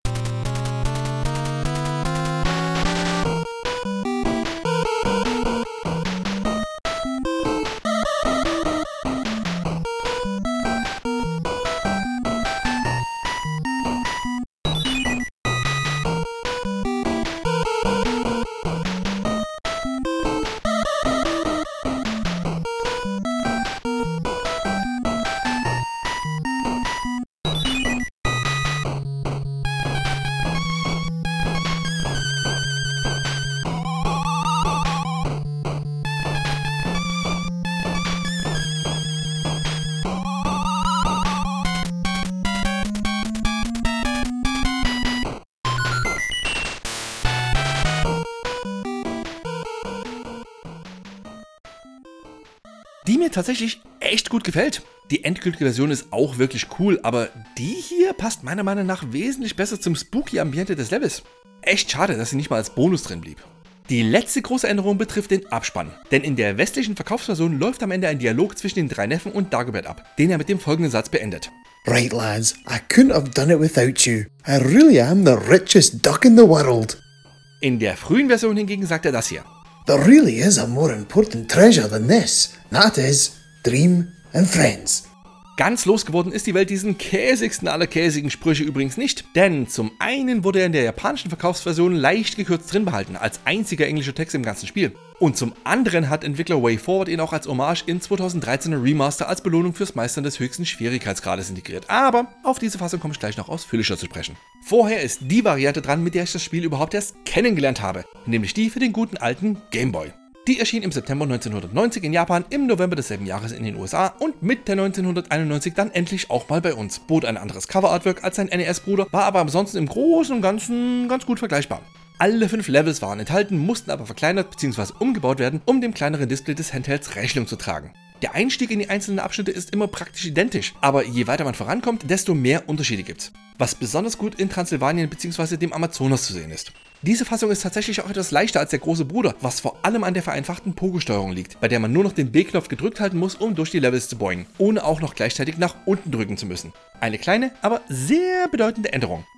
Die mir tatsächlich echt gut gefällt. Die endgültige Version ist auch wirklich cool, aber die hier passt meiner Meinung nach wesentlich besser zum Spooky-Ambiente des Levels. Echt schade, dass sie nicht mal als Bonus drin blieb. Die letzte große Änderung betrifft den Abspann, denn in der westlichen Verkaufsversion läuft am Ende ein Dialog zwischen den drei Neffen und Dagobert ab, den er mit dem folgenden Satz beendet. Right lads, I couldn't have done it without you. I really am the richest duck in the world. In der frühen Version hingegen sagt er das hier. There really is a more important treasure than this. That is, Dream and Friends. Ganz losgeworden ist die Welt diesen käsigsten aller käsigen Sprüche übrigens nicht, denn zum einen wurde er in der japanischen Verkaufsversion leicht gekürzt drin behalten, als einziger englischer Text im ganzen Spiel. Und zum anderen hat Entwickler WayForward ihn auch als Hommage in 2013er Remaster als Belohnung fürs Meistern des höchsten Schwierigkeitsgrades integriert. Aber auf diese Fassung komme ich gleich noch ausführlicher zu sprechen. Vorher ist die Variante dran, mit der ich das Spiel überhaupt erst kennengelernt habe, nämlich die für den guten alten Game Boy. Die erschien im September 1990 in Japan, im November desselben Jahres in den USA und Mitte 1991 dann endlich auch mal bei uns. Bot ein anderes Cover-Artwork als sein NES-Bruder, war aber ansonsten im Großen und Ganzen ganz gut vergleichbar. Alle 5 Levels waren enthalten, mussten aber verkleinert bzw. umgebaut werden, um dem kleineren Display des Handhelds Rechnung zu tragen. Der Einstieg in die einzelnen Abschnitte ist immer praktisch identisch, aber je weiter man vorankommt, desto mehr Unterschiede gibt's. Was besonders gut in Transsilvanien bzw. dem Amazonas zu sehen ist. Diese Fassung ist tatsächlich auch etwas leichter als der große Bruder, was vor allem an der vereinfachten Pogo-Steuerung liegt, bei der man nur noch den B-Knopf gedrückt halten muss, um durch die Levels zu boingen, ohne auch noch gleichzeitig nach unten drücken zu müssen. Eine kleine, aber sehr bedeutende Änderung.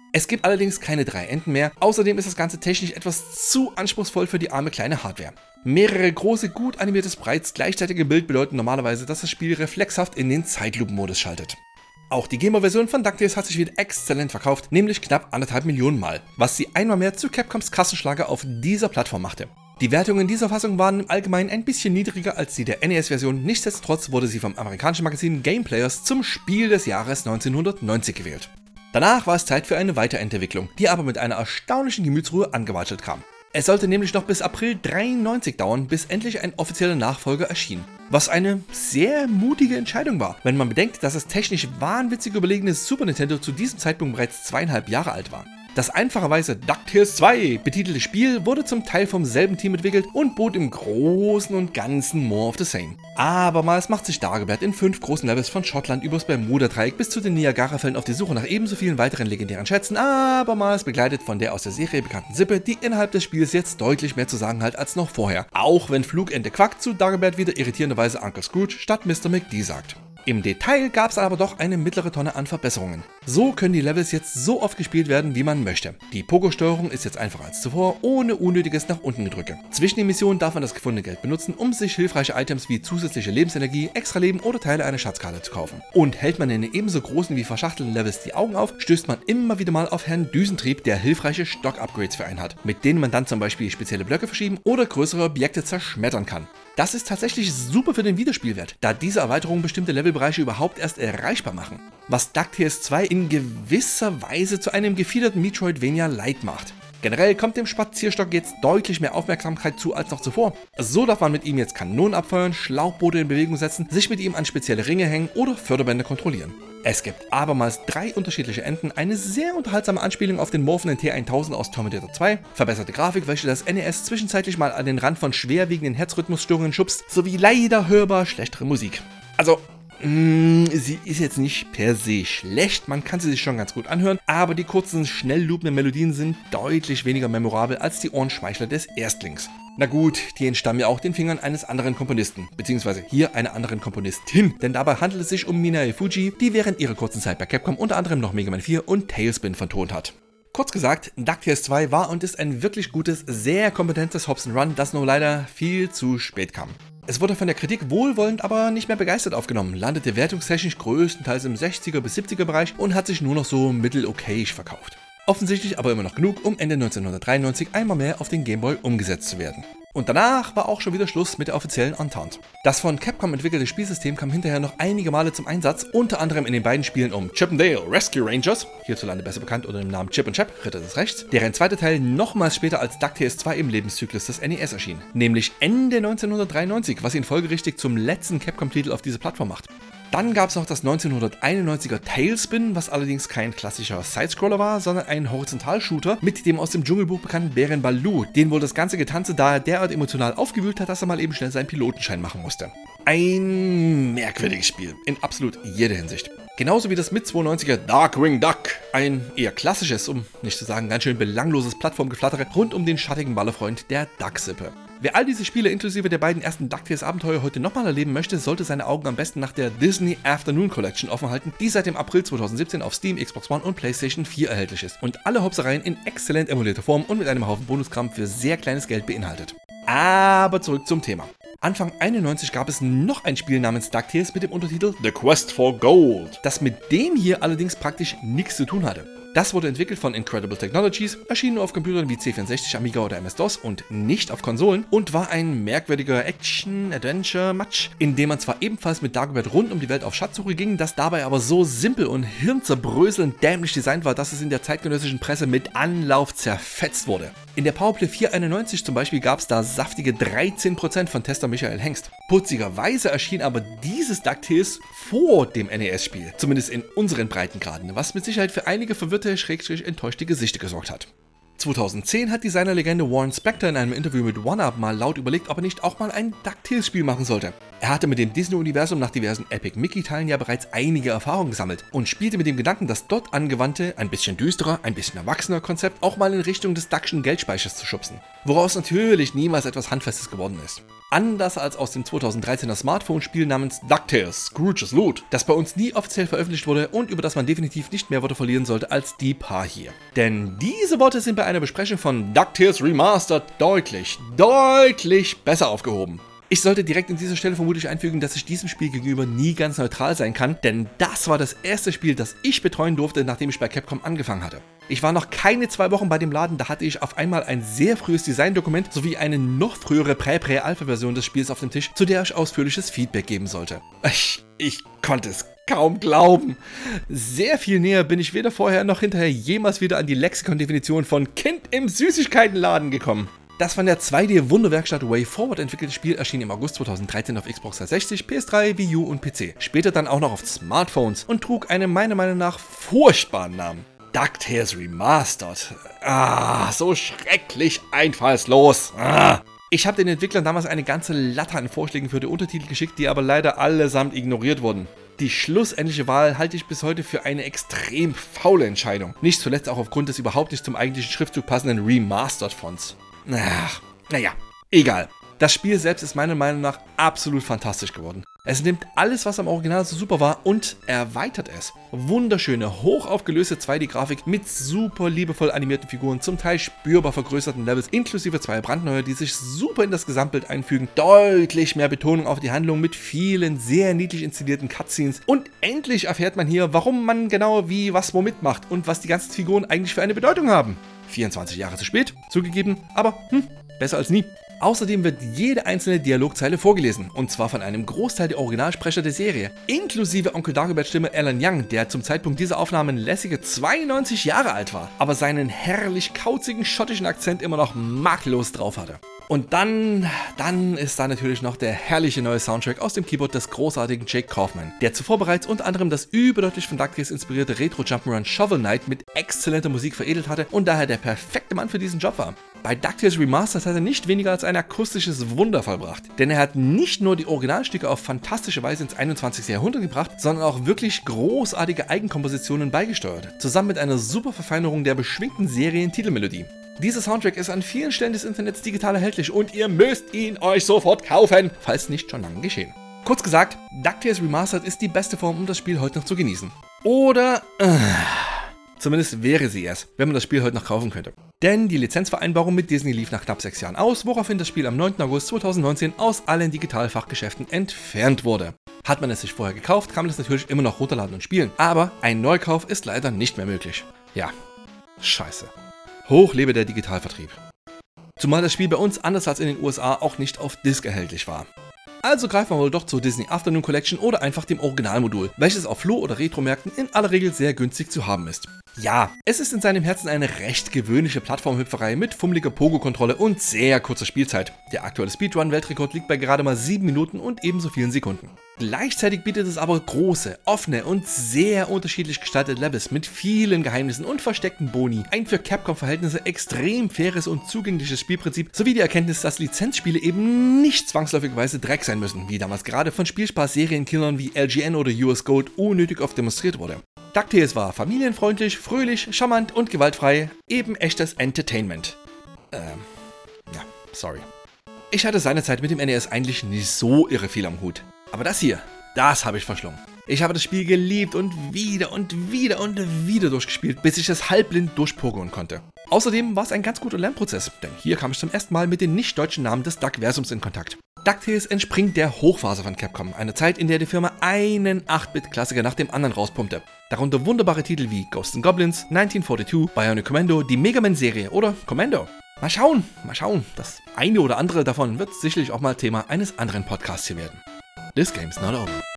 Es gibt allerdings keine 3 Enden mehr, außerdem ist das Ganze technisch etwas zu anspruchsvoll für die arme kleine Hardware. Mehrere große, gut animierte Sprites gleichzeitig im Bild bedeuten normalerweise, dass das Spiel reflexhaft in den Zeitlupenmodus schaltet. Auch die Gamer-Version von DuckTales hat sich wieder exzellent verkauft, nämlich knapp 1,5 Millionen Mal, was sie einmal mehr zu Capcoms Kassenschlager auf dieser Plattform machte. Die Wertungen dieser Fassung waren im Allgemeinen ein bisschen niedriger als die der NES-Version, nichtsdestotrotz wurde sie vom amerikanischen Magazin Game Players zum Spiel des Jahres 1990 gewählt. Danach war es Zeit für eine Weiterentwicklung, die aber mit einer erstaunlichen Gemütsruhe angewatschelt kam. Es sollte nämlich noch bis April 93 dauern, bis endlich ein offizieller Nachfolger erschien. Was eine sehr mutige Entscheidung war, wenn man bedenkt, dass das technisch wahnwitzig überlegene Super Nintendo zu diesem Zeitpunkt bereits 2,5 Jahre alt war. Das einfacherweise DuckTales 2 betitelte Spiel wurde zum Teil vom selben Team entwickelt und bot im Großen und Ganzen more of the same. Abermals macht sich Dagobert in 5 großen Levels von Schottland übers Bermuda-Dreieck bis zu den Niagara-Fällen auf die Suche nach ebenso vielen weiteren legendären Schätzen, abermals begleitet von der aus der Serie bekannten Sippe, die innerhalb des Spiels jetzt deutlich mehr zu sagen hat als noch vorher. Auch wenn Flugente Quack zu Dagobert wieder irritierenderweise Uncle Scrooge statt Mr. McD sagt. Im Detail gab es aber doch eine mittlere Tonne an Verbesserungen. So können die Levels jetzt so oft gespielt werden, wie man möchte. Die Pogo-Steuerung ist jetzt einfacher als zuvor, ohne unnötiges nach unten gedrücke. Zwischen den Missionen darf man das gefundene Geld benutzen, um sich hilfreiche Items wie zusätzliche Lebensenergie, extra Leben oder Teile einer Schatzkarte zu kaufen. Und hält man in den ebenso großen wie verschachtelten Levels die Augen auf, stößt man immer wieder mal auf Herrn Düsentrieb, der hilfreiche Stock-Upgrades für einen hat, mit denen man dann zum Beispiel spezielle Blöcke verschieben oder größere Objekte zerschmettern kann. Das ist tatsächlich super für den Wiederspielwert, da diese Erweiterungen bestimmte Levelbereiche überhaupt erst erreichbar machen. Was DuckTales 2 in gewisser Weise zu einem gefiederten Metroidvania Light macht. Generell kommt dem Spazierstock jetzt deutlich mehr Aufmerksamkeit zu als noch zuvor. So darf man mit ihm jetzt Kanonen abfeuern, Schlauchboote in Bewegung setzen, sich mit ihm an spezielle Ringe hängen oder Förderbänder kontrollieren. Es gibt abermals 3 unterschiedliche Enden, eine sehr unterhaltsame Anspielung auf den morphenden T-1000 aus Terminator 2, verbesserte Grafik, welche das NES zwischenzeitlich mal an den Rand von schwerwiegenden Herzrhythmusstörungen schubst, sowie leider hörbar schlechtere Musik. Also, sie ist jetzt nicht per se schlecht, man kann sie sich schon ganz gut anhören, aber die kurzen, schnell loopenden Melodien sind deutlich weniger memorabel als die Ohrenschmeichler des Erstlings. Na gut, die entstammen ja auch den Fingern eines anderen Komponisten, beziehungsweise hier einer anderen Komponistin, denn dabei handelt es sich um Minae Fujii, die während ihrer kurzen Zeit bei Capcom unter anderem noch Mega Man 4 und Tailspin vertont hat. Kurz gesagt, DuckTales 2 war und ist ein wirklich gutes, sehr kompetentes Hob's-n'-Run, das nur leider viel zu spät kam. Es wurde von der Kritik wohlwollend, aber nicht mehr begeistert aufgenommen, landete wertungstechnisch größtenteils im 60er bis 70er Bereich und hat sich nur noch so mittel-okayisch verkauft. Offensichtlich aber immer noch genug, um Ende 1993 einmal mehr auf den Game Boy umgesetzt zu werden. Und danach war auch schon wieder Schluss mit der offiziellen Entente. Das von Capcom entwickelte Spielsystem kam hinterher noch einige Male zum Einsatz, unter anderem in den beiden Spielen um Chip 'n Dale Rescue Rangers, hierzulande besser bekannt unter dem Namen Chip 'n Chap, Ritter des Rechts, deren zweiter Teil nochmals später als DuckTales 2 im Lebenszyklus des NES erschien, nämlich Ende 1993, was ihn folgerichtig zum letzten Capcom-Titel auf dieser Plattform macht. Dann gab es noch das 1991er Tailspin, was allerdings kein klassischer Sidescroller war, sondern ein Horizontalshooter mit dem aus dem Dschungelbuch bekannten Bären Baloo, den wohl das ganze Getanze daher derart emotional aufgewühlt hat, dass er mal eben schnell seinen Pilotenschein machen musste. Ein merkwürdiges Spiel, in absolut jeder Hinsicht. Genauso wie das mit 92er Darkwing Duck, ein eher klassisches, um nicht zu sagen ganz schön belangloses Plattformgeflattere rund um den schattigen Ballerfreund der Duck-Sippe. Wer all diese Spiele inklusive der beiden ersten DuckTales-Abenteuer heute nochmal erleben möchte, sollte seine Augen am besten nach der Disney Afternoon Collection offen halten, die seit dem April 2017 auf Steam, Xbox One und PlayStation 4 erhältlich ist und alle Hopsereien in exzellent emulierter Form und mit einem Haufen Bonuskram für sehr kleines Geld beinhaltet. Aber zurück zum Thema. Anfang 91 gab es noch ein Spiel namens DuckTales mit dem Untertitel The Quest for Gold, das mit dem hier allerdings praktisch nichts zu tun hatte. Das wurde entwickelt von Incredible Technologies, erschien nur auf Computern wie C64, Amiga oder MS-DOS und nicht auf Konsolen und war ein merkwürdiger Action-Adventure-Match, in dem man zwar ebenfalls mit Dagobert rund um die Welt auf Schatzsuche ging, das dabei aber so simpel und hirnzerbröselnd dämlich designt war, dass es in der zeitgenössischen Presse mit Anlauf zerfetzt wurde. In der Powerplay 491 zum Beispiel gab es da saftige 13% von Tester Michael Hengst. Putzigerweise erschien aber dieses DuckTales vor dem NES-Spiel, zumindest in unseren Breitengraden, was mit Sicherheit für einige verwirrte, enttäuschte Gesichter gesorgt hat. 2010 hat Designerlegende Warren Spector in einem Interview mit OneUp mal laut überlegt, ob er nicht auch mal ein DuckTales-Spiel machen sollte. Er hatte mit dem Disney-Universum nach diversen Epic Mickey-Teilen ja bereits einige Erfahrungen gesammelt und spielte mit dem Gedanken, das dort angewandte, ein bisschen düsterer, ein bisschen erwachsener Konzept auch mal in Richtung des Duckschen Geldspeichers zu schubsen, woraus natürlich niemals etwas Handfestes geworden ist. Anders als aus dem 2013er Smartphone-Spiel namens DuckTales Scrooge's Loot, das bei uns nie offiziell veröffentlicht wurde und über das man definitiv nicht mehr Worte verlieren sollte als die paar hier. Denn diese Worte sind bei einer Besprechung von DuckTales Remastered deutlich besser aufgehoben. Ich sollte direkt an dieser Stelle vermutlich einfügen, dass ich diesem Spiel gegenüber nie ganz neutral sein kann, denn das war das erste Spiel, das ich betreuen durfte, nachdem ich bei Capcom angefangen hatte. Ich war noch keine 2 Wochen bei dem Laden, da hatte ich auf einmal ein sehr frühes Designdokument sowie eine noch frühere Prä-Alpha-Version des Spiels auf dem Tisch, zu der ich ausführliches Feedback geben sollte. Ich konnte es kaum glauben. Sehr viel näher bin ich weder vorher noch hinterher jemals wieder an die Lexikon-Definition von Kind im Süßigkeitenladen gekommen. Das von der 2D-Wunderwerkstatt WayForward entwickelte Spiel erschien im August 2013 auf Xbox 360, PS3, Wii U und PC. Später dann auch noch auf Smartphones und trug einen meiner Meinung nach furchtbaren Namen. DuckTales Remastered. So schrecklich einfallslos. Ich habe den Entwicklern damals eine ganze Latte an Vorschlägen für die Untertitel geschickt, die aber leider allesamt ignoriert wurden. Die schlussendliche Wahl halte ich bis heute für eine extrem faule Entscheidung. Nicht zuletzt auch aufgrund des überhaupt nicht zum eigentlichen Schriftzug passenden Remastered-Fonts. Naja, egal. Das Spiel selbst ist meiner Meinung nach absolut fantastisch geworden. Es nimmt alles, was am Original so super war und erweitert es. Wunderschöne, hochaufgelöste 2D-Grafik mit super liebevoll animierten Figuren, zum Teil spürbar vergrößerten Levels, inklusive 2 brandneue, die sich super in das Gesamtbild einfügen, deutlich mehr Betonung auf die Handlung mit vielen sehr niedlich inszenierten Cutscenes und endlich erfährt man hier, warum man genau wie was womit macht und was die ganzen Figuren eigentlich für eine Bedeutung haben. 24 Jahre zu spät, zugegeben, aber besser als nie. Außerdem wird jede einzelne Dialogzeile vorgelesen, und zwar von einem Großteil der Originalsprecher der Serie, inklusive Onkel Dagoberts Stimme Alan Young, der zum Zeitpunkt dieser Aufnahmen lässige 92 Jahre alt war, aber seinen herrlich kauzigen schottischen Akzent immer noch makellos drauf hatte. Und dann ist da natürlich noch der herrliche neue Soundtrack aus dem Keyboard des großartigen Jake Kaufman, der zuvor bereits unter anderem das überdeutlich von DuckTales inspirierte Retro-Jump'n'Run Shovel Knight mit exzellenter Musik veredelt hatte und daher der perfekte Mann für diesen Job war. Bei DuckTales Remastered hat er nicht weniger als ein akustisches Wunder vollbracht, denn er hat nicht nur die Originalstücke auf fantastische Weise ins 21. Jahrhundert gebracht, sondern auch wirklich großartige Eigenkompositionen beigesteuert, zusammen mit einer super Verfeinerung der beschwingten Serientitelmelodie. Dieser Soundtrack ist an vielen Stellen des Internets digital erhältlich und ihr müsst ihn euch sofort kaufen, falls nicht schon lange geschehen. Kurz gesagt, DuckTales Remastered ist die beste Form, um das Spiel heute noch zu genießen. Oder zumindest wäre sie es, wenn man das Spiel heute noch kaufen könnte. Denn die Lizenzvereinbarung mit Disney lief nach knapp 6 Jahren aus, woraufhin das Spiel am 9. August 2019 aus allen Digitalfachgeschäften entfernt wurde. Hat man es sich vorher gekauft, kann man es natürlich immer noch runterladen und spielen, aber ein Neukauf ist leider nicht mehr möglich. Ja, scheiße. Hoch lebe der Digitalvertrieb. Zumal das Spiel bei uns anders als in den USA auch nicht auf Disc erhältlich war. Also greifen wir wohl doch zur Disney Afternoon Collection oder einfach dem Originalmodul, welches auf Flo- oder Retromärkten in aller Regel sehr günstig zu haben ist. Ja, es ist in seinem Herzen eine recht gewöhnliche Plattformhüpferei mit fummeliger Pogo-Kontrolle und sehr kurzer Spielzeit. Der aktuelle Speedrun-Weltrekord liegt bei gerade mal 7 Minuten und ebenso vielen Sekunden. Gleichzeitig bietet es aber große, offene und sehr unterschiedlich gestaltete Levels mit vielen Geheimnissen und versteckten Boni, ein für Capcom-Verhältnisse extrem faires und zugängliches Spielprinzip sowie die Erkenntnis, dass Lizenzspiele eben nicht zwangsläufigweise Dreck sein müssen, wie damals gerade von Spielspaß-Serienkillern wie LGN oder US Gold unnötig oft demonstriert wurde. DuckTales war familienfreundlich, fröhlich, charmant und gewaltfrei, eben echtes Entertainment. Sorry. Ich hatte seinerzeit mit dem NES eigentlich nicht so irre viel am Hut. Aber das hier, das habe ich verschlungen. Ich habe das Spiel geliebt und wieder durchgespielt, bis ich es halbblind durchpokern konnte. Außerdem war es ein ganz guter Lernprozess, denn hier kam ich zum ersten Mal mit den nicht-deutschen Namen des Duckversums in Kontakt. DuckTales entspringt der Hochphase von Capcom, einer Zeit, in der die Firma einen 8-Bit-Klassiker nach dem anderen rauspumpte. Darunter wunderbare Titel wie Ghosts & Goblins, 1942, Bionic Commando, die Mega Man-Serie oder Commando. Mal schauen. Das eine oder andere davon wird sicherlich auch mal Thema eines anderen Podcasts hier werden. This game's not over.